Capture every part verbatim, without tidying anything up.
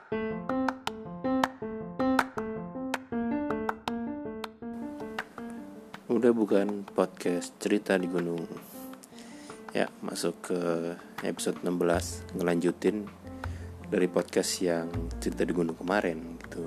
Udah bukan podcast cerita di gunung. Ya, masuk ke episode enam belas, ngelanjutin dari podcast yang cerita di gunung kemarin gitu.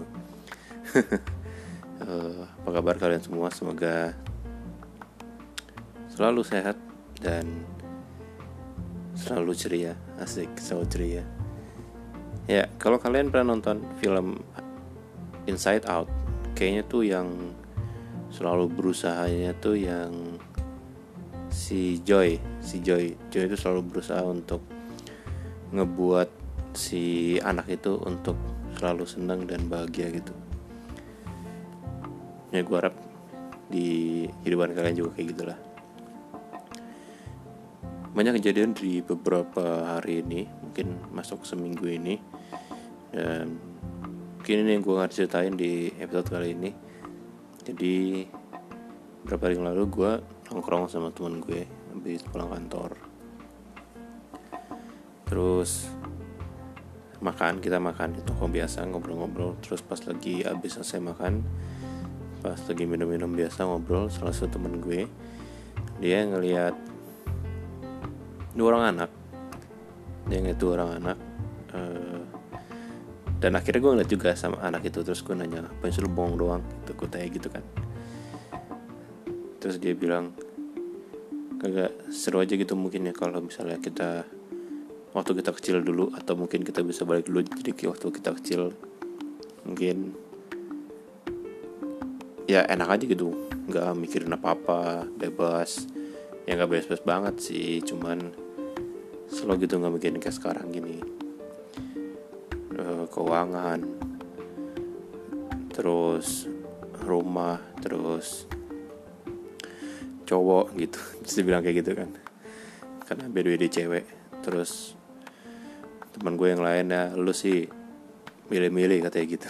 uh, Apa kabar kalian semua? Semoga selalu sehat dan selalu ceria. Asik, selalu ceria. Ya, kalau kalian pernah nonton film Inside Out, kayaknya tuh yang selalu berusahanya tuh yang si Joy, si Joy, Joy itu selalu berusaha untuk ngebuat si anak itu untuk selalu senang dan bahagia gitu. Ya gue harap di kehidupan kalian juga kayak gitulah. Banyak kejadian di beberapa hari ini, mungkin masuk seminggu ini, dan mungkin ini yang gue akan ceritain di episode kali ini. Jadi beberapa hari yang lalu gue nongkrong sama teman gue habis pulang kantor. Terus makan, kita makan di toko biasa, ngobrol-ngobrol. Terus pas lagi habis selesai makan, pas lagi minum-minum biasa ngobrol, salah satu teman gue, dia ngelihat dua orang anak. Dia ngeliat dua orang anak uh, Dan akhirnya gue ngeliat juga sama anak itu. Terus gue nanya, apa yang suruh bohong doang gitu, gue tanya gitu kan. Terus dia bilang, kagak seru aja gitu mungkin ya kalau misalnya kita waktu kita kecil dulu, atau mungkin kita bisa balik dulu jadi kayak waktu kita kecil. Mungkin ya enak aja gitu, gak mikirin apa-apa, bebas. Ya gak bebas-bebas banget sih, cuman slow gitu, gak mikirin kayak sekarang gini. Keuangan, terus rumah, terus cowok gitu. Terus dia bilang kayak gitu kan, karena B D W cewek. Terus teman gue yang lain, ya lu sih milih-milih katanya gitu.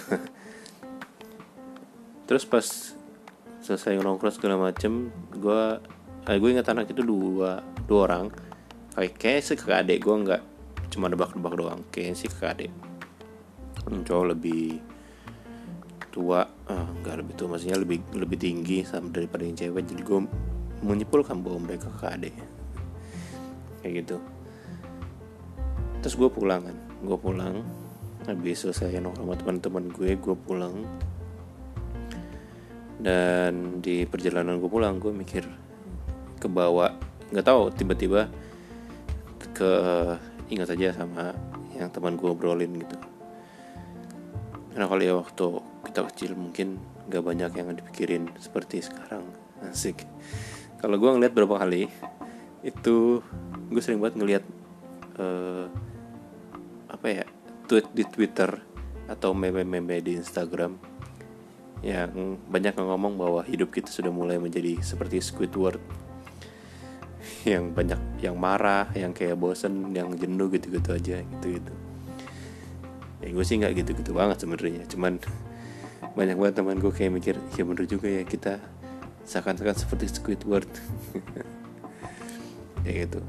Terus pas selesai nongkrong segala macem, gue eh, gue ingat anak itu dua dua orang. Kayak kayak sih kakak adik, gue nggak cuma nebak-nebak doang, kayaknya sih kakak adik. Cowok lebih tua, eh, nggak lebih tua, maksudnya lebih lebih tinggi sama daripada yang cewek. Jadi gue menyimpulkan bahwa mereka kakak adik kayak gitu. Terus gue pulang kan, gue pulang habis selesai nongkrong sama teman-teman gue, gue pulang. Dan di perjalanan gue pulang, gue mikir ke bawah, nggak tahu tiba-tiba ke ingat aja sama yang teman gue obrolin gitu. Karena kalau ya waktu kita kecil mungkin gak banyak yang dipikirin seperti sekarang. Asik. Kalau gue ngeliat beberapa kali itu, gue sering banget ngeliat uh, apa ya, tweet di Twitter atau meme-meme di Instagram yang banyak yang ngomong bahwa hidup kita sudah mulai menjadi seperti Squidward, yang banyak yang marah, yang kayak bosen, yang jenuh gitu-gitu aja gitu-gitu. Ya gue sih nggak gitu-gitu banget sebenarnya, cuman banyak banget teman gue kayak mikir, ya bener juga ya, kita seakan-akan seperti Squidward. Kayak gitu.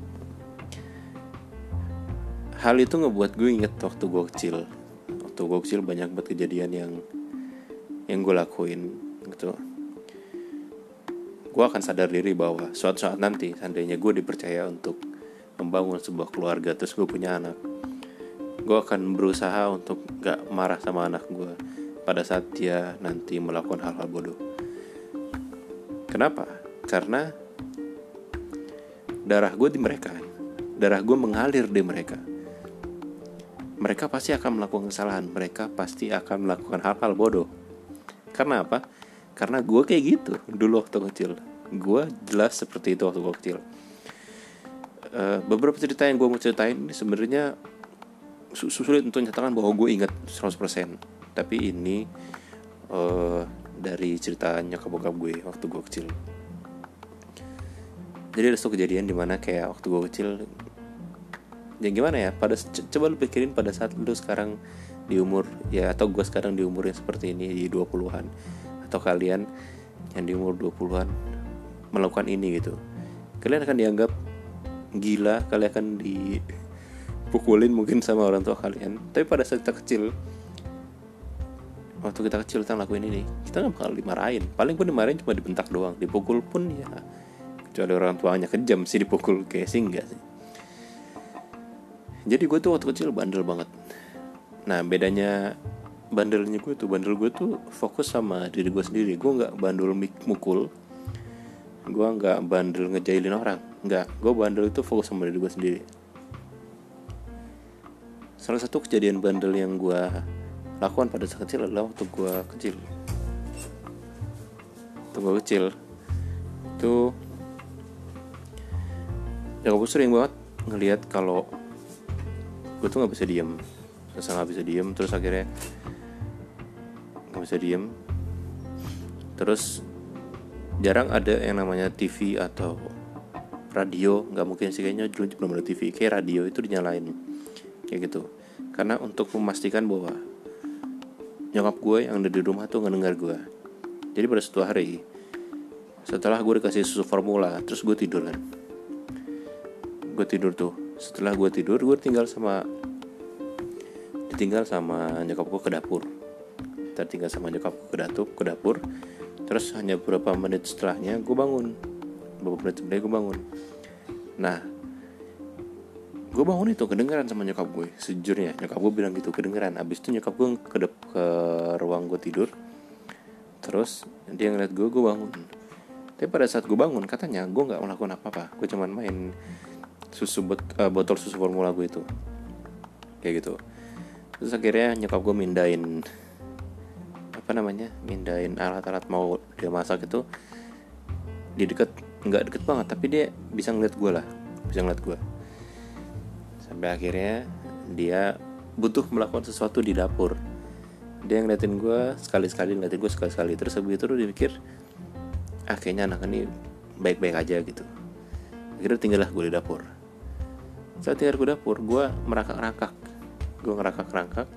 Hal itu ngebuat gue inget waktu gue kecil. Waktu gue kecil banyak banget kejadian yang yang gue lakuin gitu. Gue akan sadar diri bahwa suatu saat nanti, seandainya gue dipercaya untuk membangun sebuah keluarga, terus gue punya anak, gue akan berusaha untuk gak marah sama anak gue pada saat dia nanti melakukan hal-hal bodoh. Kenapa? Karena darah gue di mereka, darah gue mengalir di mereka. Mereka pasti akan melakukan kesalahan, mereka pasti akan melakukan hal-hal bodoh. Karena apa? Karena gue kayak gitu dulu waktu kecil. Gue jelas seperti itu waktu gue kecil. uh, Beberapa cerita yang gue mau ceritain ini sebenarnya sulit untuk nyatakan bahwa gue ingat seratus persen. Tapi ini uh, dari cerita nyokap bokap gue waktu gue kecil. Jadi ada suatu kejadian dimana kayak waktu gue kecil, ya gimana ya, pada coba lu pikirin pada saat lu sekarang di umur, ya atau gue sekarang di umur yang seperti ini, di dua puluhan, atau kalian yang di umur dua puluhan melakukan ini gitu. Kalian akan dianggap gila, kalian akan di pukulin mungkin sama orang tua kalian, tapi pada saat kita kecil, waktu kita kecil kita ngelakuin ini, kita nggak bakal dimarahin. Paling pun dimarahin cuma dibentak doang. Dipukul pun ya kecuali orang tuanya kejam sih dipukul, kayak sih enggak sih. Jadi gue tuh waktu kecil bandel banget. Nah bedanya bandelnya gue tuh, bandel gue tuh fokus sama diri gue sendiri. Gue nggak bandel mukul, gue nggak bandel ngejailin orang, nggak. Gue bandel itu fokus sama diri gue sendiri. Salah satu kejadian bandel yang gue lakukan pada saat kecil adalah waktu gue kecil. Waktu gue kecil itu ya gue sering banget ngelihat kalau gue tuh nggak bisa diem, terus nggak bisa diem, terus akhirnya nggak bisa diem, terus jarang ada yang namanya T V atau radio, nggak mungkin sih kayaknya dulu belum ada T V, kayak radio itu dinyalain kayak gitu, karena untuk memastikan bahwa nyokap gue yang ada di rumah tuh ngedengar gue. Jadi pada suatu hari setelah gue dikasih susu formula, terus gue tidur kan, gue tidur tuh. Setelah gue tidur, gue tinggal sama ditinggal sama nyokap gue ke dapur. Tertinggal sama nyokap gue ke dapur, ke dapur. Terus hanya beberapa menit setelahnya gue bangun. Beberapa menit setelahnya gue bangun. Nah, gue bangun itu kedengeran sama nyokap gue. Sejujurnya nyokap gue bilang gitu, kedengeran. Abis itu nyokap gue ke, de- ke ruang gue tidur. Terus dia ngeliat gue, gue bangun. Tapi pada saat gue bangun, katanya gue gak melakukan apa-apa. Gue cuman main susu bot, uh, botol susu formula gue itu kayak gitu. Terus akhirnya nyokap gue mindahin apa namanya mindahin alat-alat mau dia masak itu di deket, nggak deket banget tapi dia bisa ngeliat gue lah, bisa ngeliat gue. Sampai akhirnya dia butuh melakukan sesuatu di dapur, dia ngeliatin gue sekali-sekali, ngeliatin gue sekali-sekali. Terus habis itu dia mikir, ah kayaknya anak ini baik-baik aja gitu. Akhirnya tinggallah gue di dapur. Saat tinggal di dapur, gue merangkak-rangkak, gue ngerangkak-rangkak,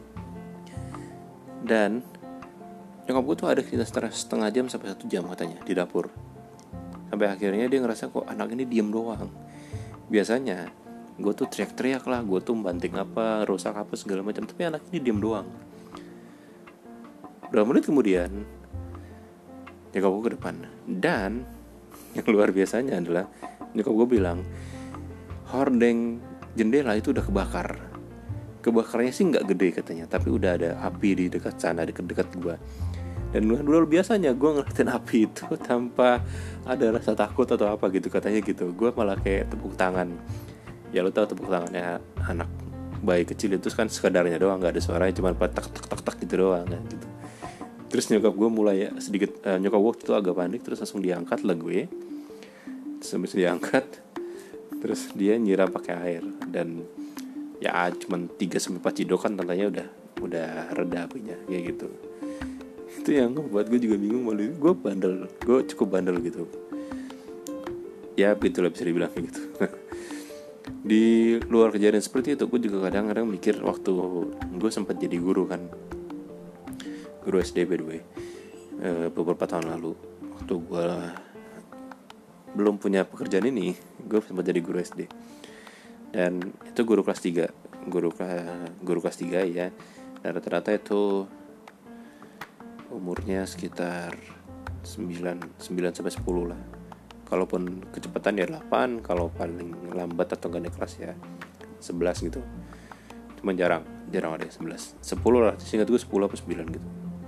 dan nyokap gue tuh ada sekitar setengah jam sampai satu jam katanya di dapur. Sampai akhirnya dia ngerasa kok anak ini diem doang. Biasanya gue tuh teriak-teriak lah, gue tuh banting apa, rusak apa segala macam, tapi anak ini diem doang. Berapa menit kemudian nyokap gue ke depan, dan yang luar biasanya adalah nyokap gue bilang hordeng jendela itu udah kebakar. Kebakarnya sih nggak gede katanya, tapi udah ada api di dekat sana, dekat-dekat gue. Dan luar biasanya gue ngeliatin api itu tanpa ada rasa takut atau apa gitu katanya gitu. Gue malah kayak tepuk tangan. Ya lo tau tepuk tangannya anak bayi kecil itu kan sekadarnya doang, nggak ada suaranya, cuma tak tak tak tak gitu doang kan gitu. Terus nyokap gue mulai ya sedikit uh, nyokap gue itu agak panik, terus langsung diangkat lah gue. Terus habis diangkat, terus dia nyiram pakai air, dan ya cuman tiga sampai empat cidokan tantanya udah udah reda apinya kayak gitu. Itu yang membuat gue juga bingung, malu gue bandel, gue cukup bandel gitu. Ya begitulah bisa dibilang kayak gitu. Di luar kejadian seperti itu, gue juga kadang-kadang mikir waktu gue sempat jadi guru kan, guru S D by the way, e, beberapa tahun lalu waktu gue belum punya pekerjaan ini, gue sempat jadi guru S D. Dan itu guru kelas tiga, guru guru kelas tiga ya. Dan rata-rata itu umurnya sekitar sembilan sampai sepuluh lah. Kalaupun kecepatan ya delapan, kalau paling lambat atau gak naik kelas ya sebelas gitu. Cuman jarang, jarang ada sebelas. sepuluh lah, seingat gue sepuluh atau sembilan gitu.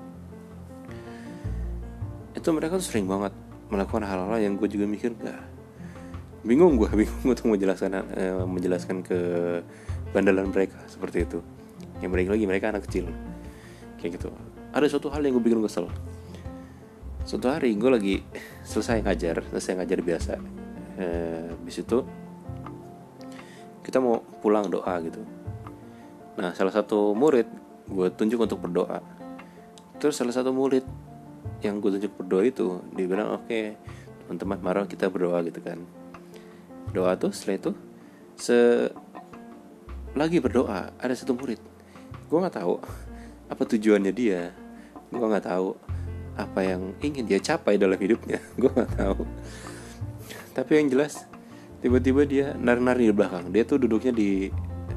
Itu mereka tuh sering banget melakukan hal-hal yang gue juga mikir gak, bingung gue bingung untuk menjelaskan eh, menjelaskan ke bandalan mereka seperti itu. Yang mereka lagi mereka anak kecil kayak gitu. Ada suatu hal yang gue bikin kesel. Suatu hari gue lagi selesai ngajar, selesai ngajar biasa. Eh, habis itu kita mau pulang doa gitu. Nah salah satu murid gue tunjuk untuk berdoa. Terus salah satu murid yang gue tunjuk berdoa itu dia bilang oke okay, teman-teman mari kita berdoa gitu kan. Doa tuh setelah itu se lagi berdoa ada satu murid, gue nggak tahu apa tujuannya dia, gue nggak tahu apa yang ingin dia capai dalam hidupnya, gue nggak tahu. Tapi yang jelas tiba-tiba dia nari-nari di belakang. Dia tuh duduknya di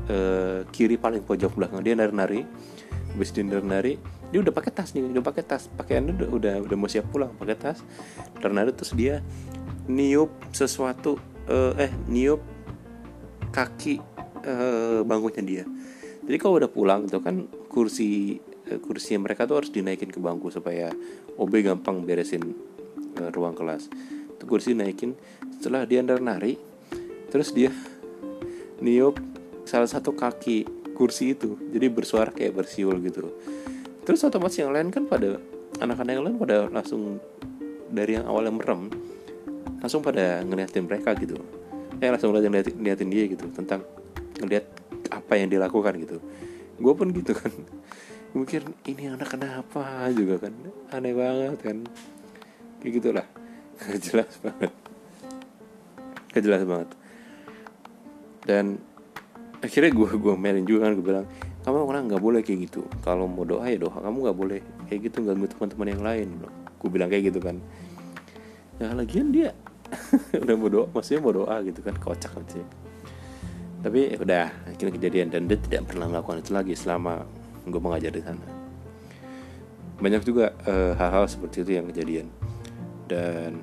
uh, kiri paling pojok belakang. Dia nari-nari, habis dia nari-nari dia udah pakai tas nih, udah pakai tas, pakaiannya udah udah udah mau siap pulang, pakai tas, nari-nari terus dia niup sesuatu, uh, eh niup kaki uh, bangkunya dia. Jadi kalau udah pulang itu kan kursi uh, kursi mereka tuh harus dinaikin ke bangku supaya O B gampang beresin uh, ruang kelas. Itu kursi naikin, setelah dia nari, terus dia niup salah satu kaki kursi itu, jadi bersuara kayak bersiul gitu. Terus otomatis yang lain kan pada anak-anak yang lain pada langsung dari yang awalnya merem langsung pada ngeliatin mereka gitu, eh langsung ngeliatin, ngeliatin dia gitu, tentang ngeliat apa yang dilakukan gitu. Gue pun gitu kan, gue mikir ini anak kenapa juga kan, aneh banget kan, kayak gitulah, gak jelas banget, gak jelas banget. Dan akhirnya gue gue melin juga kan, gue bilang kamu orang nggak boleh kayak gitu, kalau mau doa ya doa, kamu nggak boleh kayak gitu ganggu teman-teman yang lain, gue bilang kayak gitu kan. Nah lagian dia udah mau doa, maksudnya mau doa gitu kan, kocak kan sih. Tapi ya udah akhirnya kejadian, dan dia tidak pernah melakukan itu lagi selama gue mengajar di sana. Banyak juga uh, hal-hal seperti itu yang kejadian. Dan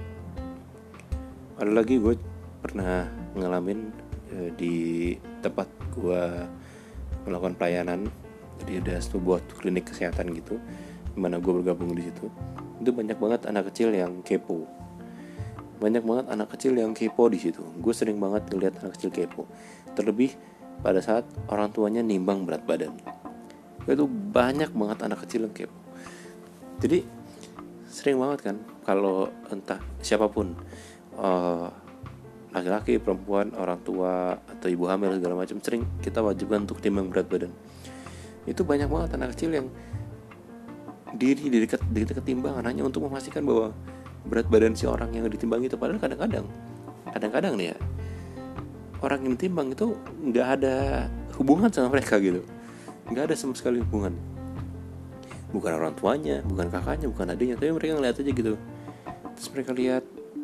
ada lagi gue pernah ngalamin uh, di tempat gue melakukan pelayanan. Jadi ada sebuah klinik kesehatan gitu, dimana gue bergabung di situ. Itu banyak banget anak kecil yang kepo. Banyak banget anak kecil yang kepo di situ. Gue sering banget ngeliat anak kecil kepo. Terlebih pada saat orang tuanya nimbang berat badan. Itu banyak banget anak kecil yang kepo. Jadi sering banget kan kalau entah siapapun, uh, laki-laki, perempuan, orang tua atau ibu hamil segala macam, sering kita wajibkan untuk timbang berat badan. Itu banyak banget anak kecil yang diri di dekat di dekat timbangan hanya untuk memastikan bahwa berat badan si orang yang ditimbang itu, padahal kadang-kadang kadang-kadang nih ya, orang yang ditimbang itu nggak ada hubungan sama mereka gitu, nggak ada sama sekali hubungan, bukan orang tuanya, bukan kakaknya, bukan adiknya, tapi mereka ngeliat aja gitu. Terus mereka lihat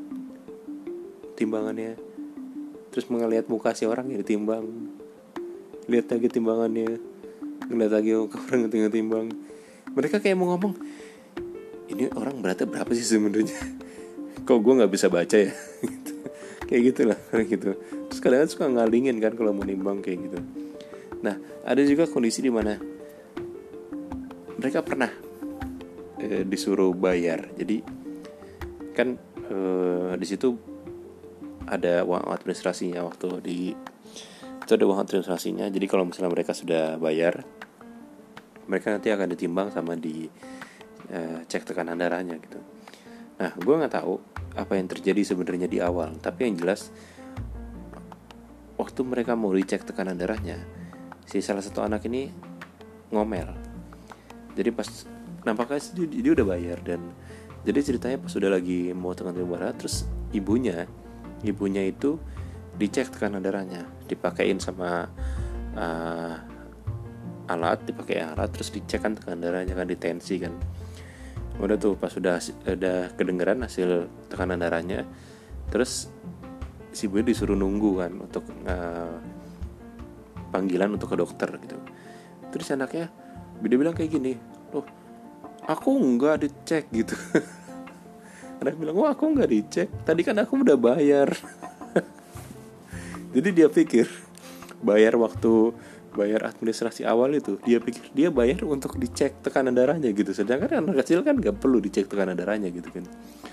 timbangannya, terus melihat muka si orang yang ditimbang, lihat lagi timbangannya, ngeliat lagi orang yang timbang. Mereka kayak mau ngomong, ini orang beratnya berapa sih sebenarnya? Kok gue nggak bisa baca ya? Gitu. Kayak gitulah, kayak gitu. Terus kadang-kadang suka ngalingin kan kalau mau nimbang kayak gitu. Nah, ada juga kondisi di mana mereka pernah eh, disuruh bayar. Jadi kan eh, di situ ada uang administrasinya waktu di itu ada uang administrasinya. Jadi kalau misalnya mereka sudah bayar, mereka nanti akan ditimbang sama di uh, cek tekanan darahnya gitu. Nah, gue nggak tahu apa yang terjadi sebenarnya di awal, tapi yang jelas waktu mereka mau dicek tekanan darahnya, si salah satu anak ini ngomel. Jadi pas nampaknya dia, dia udah bayar, dan jadi ceritanya pas udah lagi mau tekanan darah, terus ibunya ibunya itu dicek tekanan darahnya, dipakein sama uh, alat, dipakai alat, terus dicek kan tekanan darahnya kan, ditensi kan. Udah tuh pas udah udah kedengeran hasil tekanan darahnya, terus si ibu disuruh nunggu kan untuk uh, panggilan untuk ke dokter gitu. Terus anaknya dia bilang kayak gini, loh aku nggak dicek gitu. Anak bilang, wah aku nggak dicek, tadi kan aku udah bayar. Jadi dia pikir bayar waktu bayar administrasi awal itu, dia pikir dia bayar untuk dicek tekanan darahnya gitu, sedangkan anak kecil kan nggak perlu dicek tekanan darahnya gitu kan.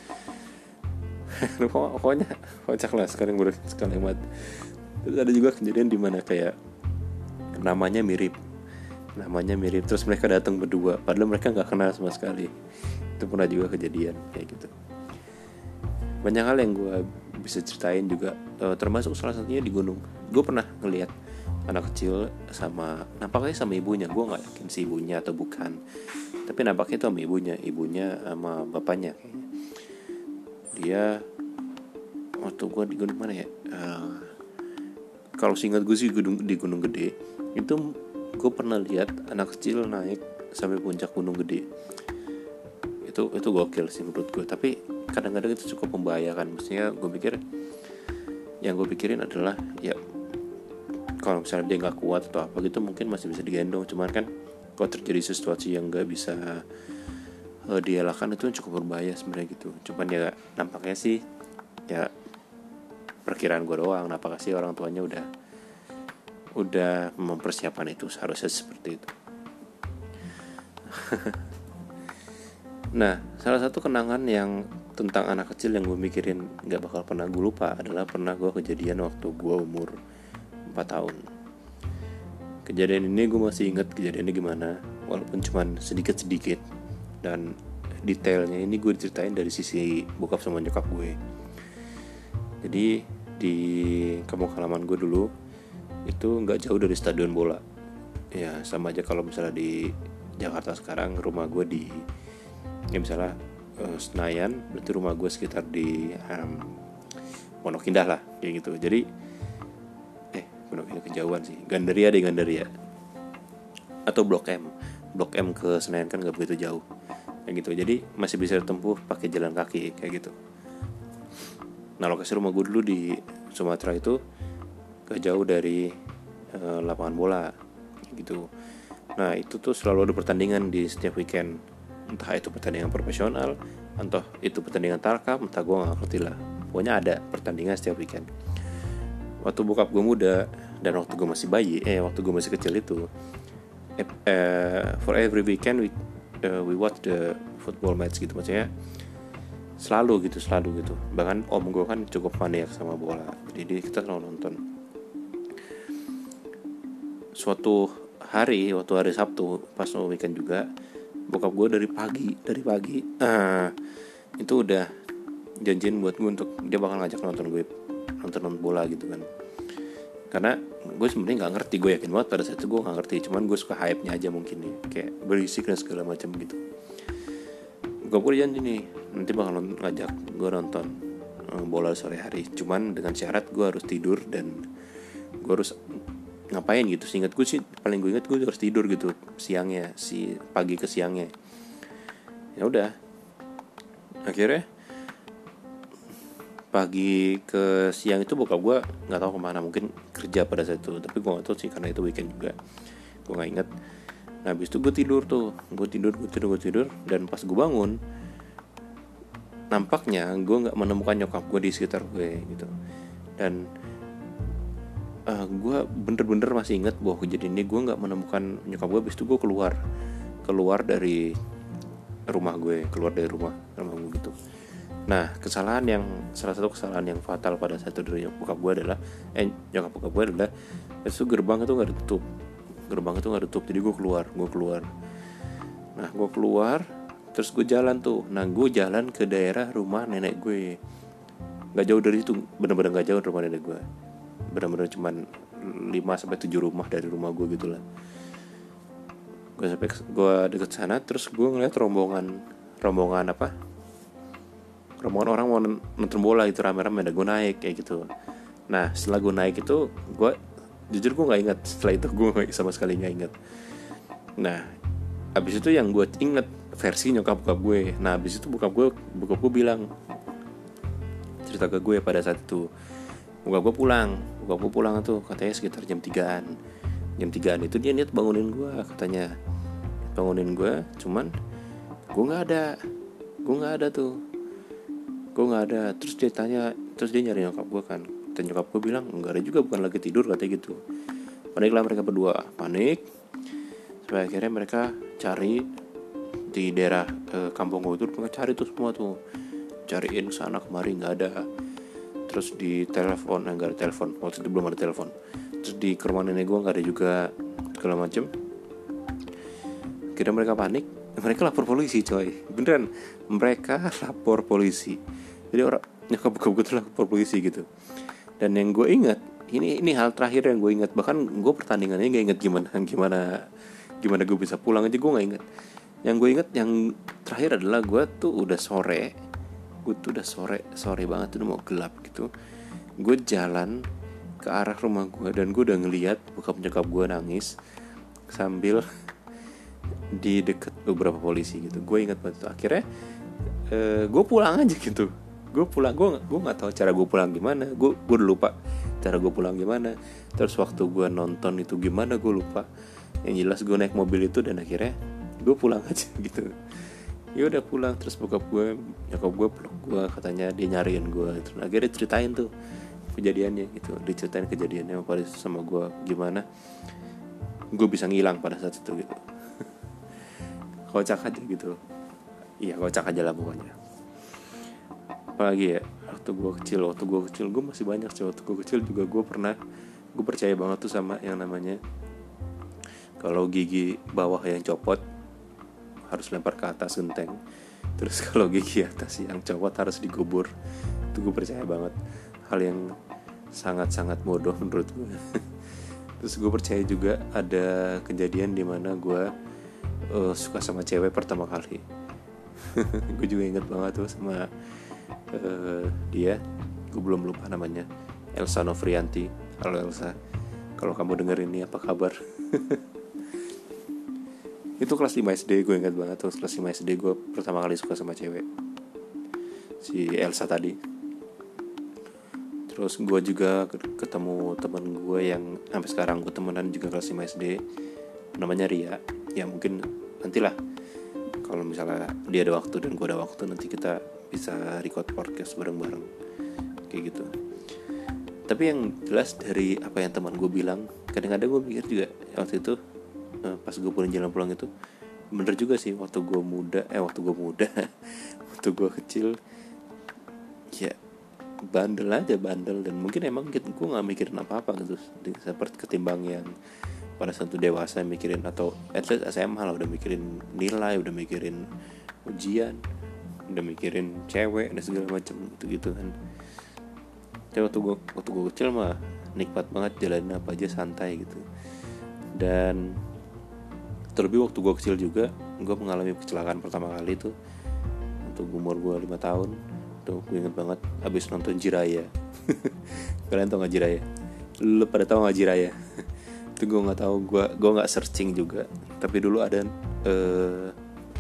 Pokoknya kocak lah sekarang gue sekali banget. Terus ada juga kejadian di mana kayak namanya mirip, namanya mirip, terus mereka datang berdua, padahal mereka nggak kenal sama sekali. Itu pernah juga kejadian kayak gitu. Banyak hal yang gue bisa ceritain juga, termasuk salah satunya di gunung. Gue pernah ngelihat anak kecil sama, nampaknya sama ibunya, gue nggak yakin si ibunya atau bukan, tapi nampaknya itu sama ibunya, ibunya sama bapaknya kayaknya. Dia waktu gue di gunung mana ya, uh, kalau seingat gue sih gunung, di Gunung Gede itu gue pernah lihat anak kecil naik sampai puncak Gunung Gede. Itu itu gokil sih menurut gue, tapi kadang-kadang itu cukup membahayakan. Maksudnya gue pikir, yang gue pikirin adalah ya kalau misalnya dia nggak kuat atau apa gitu mungkin masih bisa digendong. Cuman kan kalau terjadi sesuatu yang nggak bisa uh, dielakkan itu cukup berbahaya sebenarnya gitu. Cuman ya nampaknya sih ya perkiraan gue doang, nampaknya sih orang tuanya udah udah mempersiapkan itu, seharusnya seperti itu. Nah, salah satu kenangan yang tentang anak kecil yang gue mikirin gak bakal pernah gue lupa adalah pernah gue kejadian waktu gue umur empat tahun. Kejadian ini gue masih ingat kejadiannya gimana, walaupun cuman sedikit-sedikit. Dan detailnya ini gue ceritain dari sisi bokap sama nyokap gue. Jadi di kampung halaman gue dulu itu gak jauh dari stadion bola. Ya sama aja kalau misalnya di Jakarta sekarang rumah gue di ya misalnya uh, Senayan, berarti rumah gue sekitar di um, Pondok Indah lah kayak gitu. Jadi eh Pondok Indah kejauhan sih, Gandaria deh Gandaria atau Blok M. Blok M ke Senayan kan gak begitu jauh kayak gitu. Jadi masih bisa ditempuh pakai jalan kaki kayak gitu. Nah lokasi rumah gue dulu di Sumatera itu gak jauh dari uh, lapangan bola gitu. Nah itu tuh selalu ada pertandingan di setiap weekend, entah itu pertandingan profesional, entah itu pertandingan tarkam, entah gue gak ngerti lah. Pokoknya ada pertandingan setiap weekend. Waktu bokap gue muda dan waktu gue masih bayi, eh waktu gue masih kecil itu, eh, uh, for every weekend we uh, we watch the football match gitu, maksudnya selalu gitu, selalu gitu. Bahkan om gue kan cukup maniak sama bola, jadi kita selalu nonton. Suatu hari, waktu hari Sabtu pas mau weekend juga, bokap gue dari pagi, dari pagi uh, itu udah janjiin buat gue untuk dia bakal ngajak nonton gue nonton nonton bola gitu kan. Karena gue sebenarnya nggak ngerti, gue yakin banget pada saat itu gue nggak ngerti, cuman gue suka hype-nya aja mungkin nih, kayak berisik dan segala macam gitu. Bokap gue janji nih nanti bakal ngajak gue nonton uh, bola sore hari, cuman dengan syarat gue harus tidur dan gue harus ngapain gitu. Seingat gue sih, paling gue ingat gue harus tidur gitu siangnya, si pagi ke siangnya. Ya udah, akhirnya pagi ke siang itu bokap gue nggak tahu kemana, mungkin kerja pada saat itu, tapi gue nggak tahu sih karena itu weekend juga, gue nggak ingat. Nah habis itu gue tidur tuh, gue tidur, gue tidur, gue tidur, dan pas gue bangun, nampaknya gue nggak menemukan nyokap gue di sekitar gue gitu. Dan Uh, gue bener-bener masih ingat bahwa kejadian ini gue nggak menemukan nyokap gue. Habis itu gue keluar keluar dari rumah gue, keluar dari rumah rumah gue gitu. Nah kesalahan yang salah satu kesalahan yang fatal pada saat itu dari nyokap gue adalah eh nyokap bokap gue adalah itu gerbang itu nggak ditutup, gerbang itu nggak ditutup. Jadi gue keluar, gue keluar. Nah gue keluar, terus gue jalan tuh. Nah gue jalan ke daerah rumah nenek gue, nggak jauh dari itu, bener-bener nggak jauh dari rumah nenek gue. Benar-benar cuman lima sampai tujuh rumah dari rumah gue gitu lah. Gue sampai gue deket sana, terus gue ngeliat rombongan rombongan apa? Rombongan orang mau nonton bola itu rame-rame, dan gue naik kayak gitu. Nah setelah gue naik itu, gue jujur gue nggak ingat. Setelah itu gue sama sekali nggak ingat. Nah abis itu yang gue inget versi nyokap bokap gue. Nah abis itu bokap gue bokap gue bilang cerita ke gue pada saat itu. Bokap gue pulang, bokap gue pulang tuh katanya sekitar jam tigaan. Jam tigaan itu dia niat bangunin gue, katanya bangunin gue, cuman gue nggak ada, gue nggak ada tuh, gue nggak ada. Terus dia tanya, terus dia nyari nyokap gue kan, dan nyokap gue bilang nggak ada juga, bukan lagi tidur katanya gitu. Paniklah mereka berdua, panik. Sampai akhirnya mereka cari di daerah eh, kampung gue tuh, mereka cari tuh semua tuh, cariin sana kemari nggak ada. Terus di telepon, enggak ada telepon, waktu itu belum ada telepon. Terus di ke rumah nenek gue nggak ada juga, segala macem. Kira mereka panik, mereka lapor polisi coy, beneran, mereka lapor polisi. Jadi orang nyokap bokap gue tuh lapor polisi gitu. Dan yang gue ingat, ini ini hal terakhir yang gue ingat, bahkan gue pertandingannya nggak ingat gimana gimana gimana gue bisa pulang aja gue nggak ingat. Yang gue ingat yang terakhir adalah gue tuh udah sore. Gue tuh udah sore, sore banget, udah mau gelap gitu. Gue jalan ke arah rumah gue, dan gue udah ngeliat bokap nyokap gue nangis sambil di deket beberapa polisi gitu. Gue ingat banget itu. Akhirnya uh, gue pulang aja gitu. Gue pulang, gue gue nggak tahu cara gue pulang gimana. Gue gue udah lupa cara gue pulang gimana, terus waktu gue nonton itu gimana gue lupa. Yang jelas gue naik mobil itu dan akhirnya gue pulang aja gitu. Ya udah pulang, terus bokap gue, nyokap gue peluk gue, katanya dia nyariin gue. Terus akhirnya ceritain tuh kejadiannya gitu, diceritain kejadiannya pada sama gue gimana gue bisa ngilang pada saat itu gitu. Kocak aja gitu. Iya kocak aja lah pokoknya. Apalagi ya, waktu gue kecil, waktu gue kecil gue masih banyak sih. Waktu gue kecil juga gue pernah, gue percaya banget tuh sama yang namanya kalau gigi bawah yang copot harus lempar ke atas genteng, terus kalau gigi atas yang copot harus digubur. Itu gue percaya banget, hal yang sangat-sangat bodoh menurut gue. Terus gue percaya juga ada kejadian di mana gue uh, suka sama cewek pertama kali. Gue juga inget banget tuh sama uh, dia, gue belum lupa namanya, Elsa Novrianti. Halo Elsa, kalau kamu denger ini apa kabar? Itu kelas lima S D, gue ingat banget tuh kelas lima S D gue pertama kali suka sama cewek, si Elsa tadi. Terus gue juga ketemu teman gue yang sampai sekarang gue temenan juga kelas lima S D, namanya Ria. Ya mungkin nantilah kalau misalnya dia ada waktu dan gue ada waktu, nanti kita bisa record podcast bareng-bareng kayak gitu. Tapi yang jelas dari apa yang teman gue bilang, kadang-kadang gue pikir juga waktu itu pas gue pulang jalan pulang itu bener juga sih. Waktu gue muda eh waktu gue muda waktu gue kecil ya bandel aja bandel, dan mungkin emang gitu, gue nggak mikirin apa-apa gitu seperti ketimbang yang pada satu dewasa mikirin, atau at least S M A lah udah mikirin nilai, udah mikirin ujian, udah mikirin cewek dan segala macam gitu gitu kan. Tapi waktu gue waktu gue kecil mah nikmat banget, jalanin apa aja santai gitu. Dan terlebih waktu gue kecil juga gue mengalami kecelakaan pertama kali tuh untuk umur gue lima tahun. Tuh gue inget banget abis nonton Jiraya. Kalian tau gak Jiraya? Lu pada tau gak Jiraya? Itu gue gak tahu, gue gue nggak searching juga. Tapi dulu ada uh,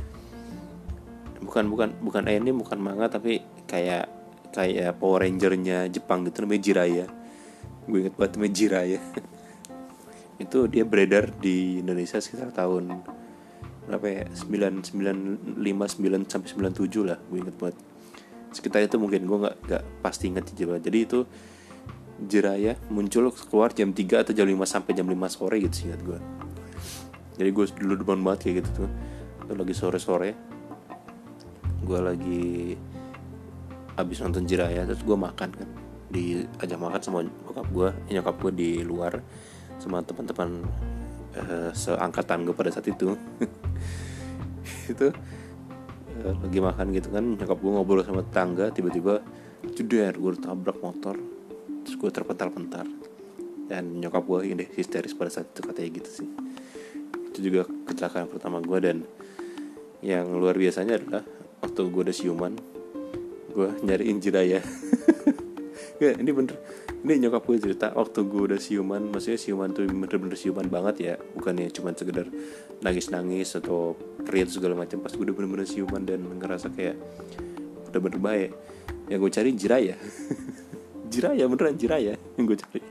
bukan bukan bukan anime, bukan manga, tapi kayak kayak Power Ranger-nya Jepang gitu, namanya Jiraya. Gue inget banget namanya Jiraya. Itu dia beredar di Indonesia sekitar tahun berapa ya, sembilan sembilan lima sembilan sampai sembilan tujuh lah, gue inget banget. Sekitar itu mungkin, gue nggak nggak pasti ingat juga. Jadi itu Jiraya muncul keluar jam tiga atau jam lima sampai jam lima sore gitu seingat gue. Jadi gue dulu depan banget kayak gitu tuh. Itu lagi sore-sore, gue lagi habis nonton Jiraya, terus gue makan kan, diajak makan sama bokap gue, nyokap gue di luar sama teman-teman uh, seangkatan gue pada saat itu. Itu lagi makan gitu kan, nyokap gue ngobrol sama tetangga, tiba-tiba jeder, gue tabrak motor, terus gue terpental-pental, dan nyokap gue ini histeris pada saat itu, katanya gitu sih. Itu juga kecelakaan pertama gue. Dan yang luar biasanya adalah waktu gue udah siuman, gue nyariin Jiraya. Ya, ini bener, ini nyokap gue cerita waktu gue udah siuman, maksudnya siuman tuh bener-bener siuman banget ya, bukannya cuma sekedar nangis-nangis atau teriak segala macam. Pas gue udah bener-bener siuman dan ngerasa kayak udah bener baik, yang gue cari Jiraya. Jiraya beneran Jiraya yang gue cari.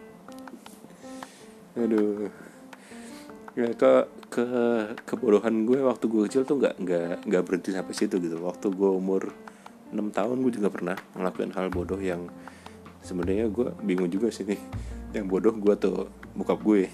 Aduh, ya ke ke kebodohan gue waktu gue kecil tuh nggak nggak nggak berhenti sampai situ gitu. Waktu gue umur enam tahun gue juga pernah ngelakuin hal bodoh yang sebenarnya gue bingung juga sih nih. Yang bodoh gue tuh bokap gue.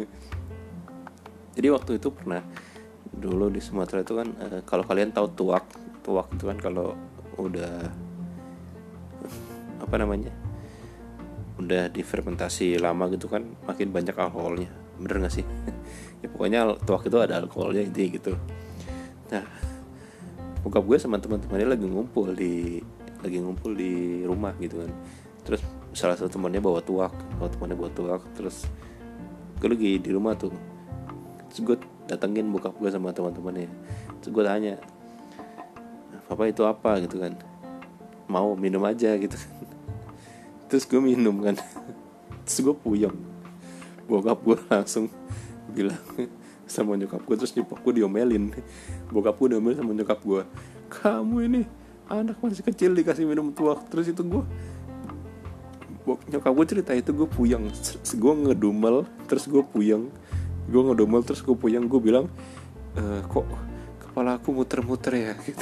Jadi waktu itu pernah, dulu di Sumatera itu kan, eh, kalau kalian tahu tuak, tuak itu kan kalau udah apa namanya, udah difermentasi lama gitu kan, makin banyak alkoholnya, bener nggak sih? Ya pokoknya tuak itu ada alkoholnya intinya gitu. Nah, bokap gue sama teman-temannya lagi ngumpul di lagi ngumpul di rumah gitu kan. Terus salah satu temannya bawa tuak, bawa temannya bawa tuak, terus gue lagi di rumah tuh. Terus gue datengin bokap gue sama teman-temannya. Terus gue tanya, "Papa itu apa?" gitu kan. "Mau minum aja" gitu kan. Terus gue minum kan. Terus gue puyeng. Bokap gue langsung bilang sama nyokap gue, terus nyokap gue diomelin. Bokap gue diomelin sama nyokap gue, "Kamu ini anak masih kecil dikasih minum tuak." Terus itu gue nyokap gue cerita itu gue puyeng, gue ngedumel terus gue puyeng, gue ngedumel terus gue puyeng, gue bilang e, kok kepala aku muter-muter ya gitu.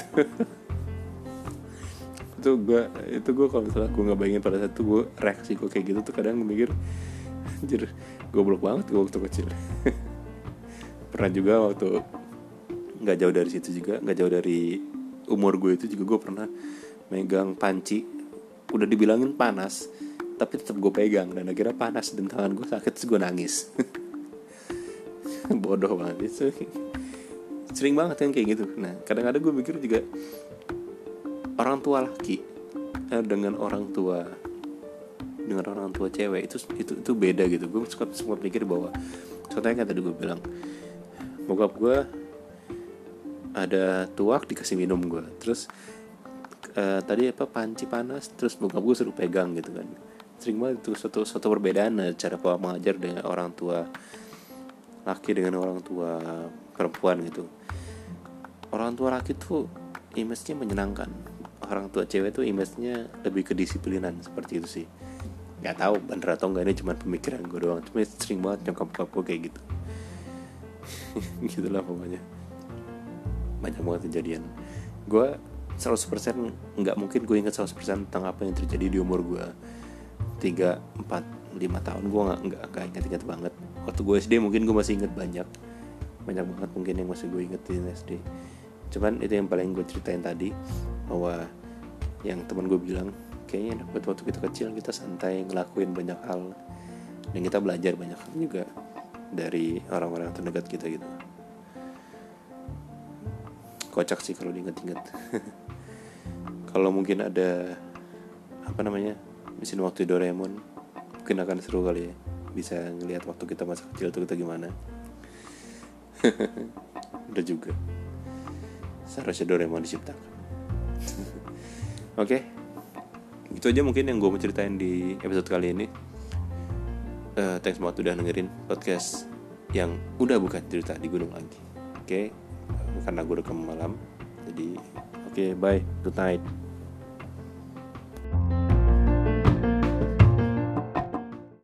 itu gue itu gue kalau misalnya gue nggak bayangin pada saat itu gue reaksi gue kayak gitu tuh kadang mikir anjir goblok banget gue waktu kecil. Pernah juga waktu nggak jauh dari situ juga, nggak jauh dari umur gue itu juga gue pernah megang panci, udah dibilangin panas tapi tetap gue pegang dan akhirnya panas dan tangan gue sakit terus gue nangis. Bodoh banget itu, sering banget kan kayak gitu. Nah kadang-kadang gue mikir juga orang tua laki eh, dengan orang tua dengan orang tua cewek itu itu itu beda gitu. Gue suka sempat mikir bahwa contohnya kan tadi gue bilang bokap gue ada tuak dikasih minum gue, terus uh, tadi apa panci panas terus bokap gue suruh pegang gitu kan. Sering banget itu suatu suatu perbedaan cara pola mengajar dengan orang tua laki dengan orang tua perempuan gitu. Orang tua laki tuh image-nya menyenangkan, orang tua cewek tuh image-nya lebih kedisiplinan, seperti itu sih. Gak tahu bener atau enggak, ini cuma pemikiran gue doang, cuma sering banget nyokap-nyokap gue kayak gitu. Gitulah pokoknya, banyak banget kejadian. Gue seratus persen gak mungkin gue ingat seratus persen tentang apa yang terjadi di umur gue tiga, empat, lima tahun. Gue gak, gak, gak ingat-ingat banget. Waktu gue S D mungkin gue masih ingat banyak Banyak banget mungkin yang masih gue inget di S D. Cuman itu yang paling gue ceritain tadi, bahwa yang teman gue bilang kayaknya enak buat waktu kita kecil kita santai ngelakuin banyak hal dan kita belajar banyak hal juga dari orang-orang terdekat kita gitu. Kocak sih kalau diinget-inget. Kalau mungkin ada apa namanya mesin waktu Doraemon, mungkin akan seru kali ya, bisa ngelihat waktu kita masa kecil itu kita gimana. Udah juga seharusnya Doraemon diciptakan. Oke, okay. Itu aja mungkin yang gue mau ceritain di episode kali ini. uh, Thanks banget udah dengerin podcast yang udah bukan cerita di gunung lagi. Oke, okay. Karena gue rekam malam, jadi oke, okay, bye, good night.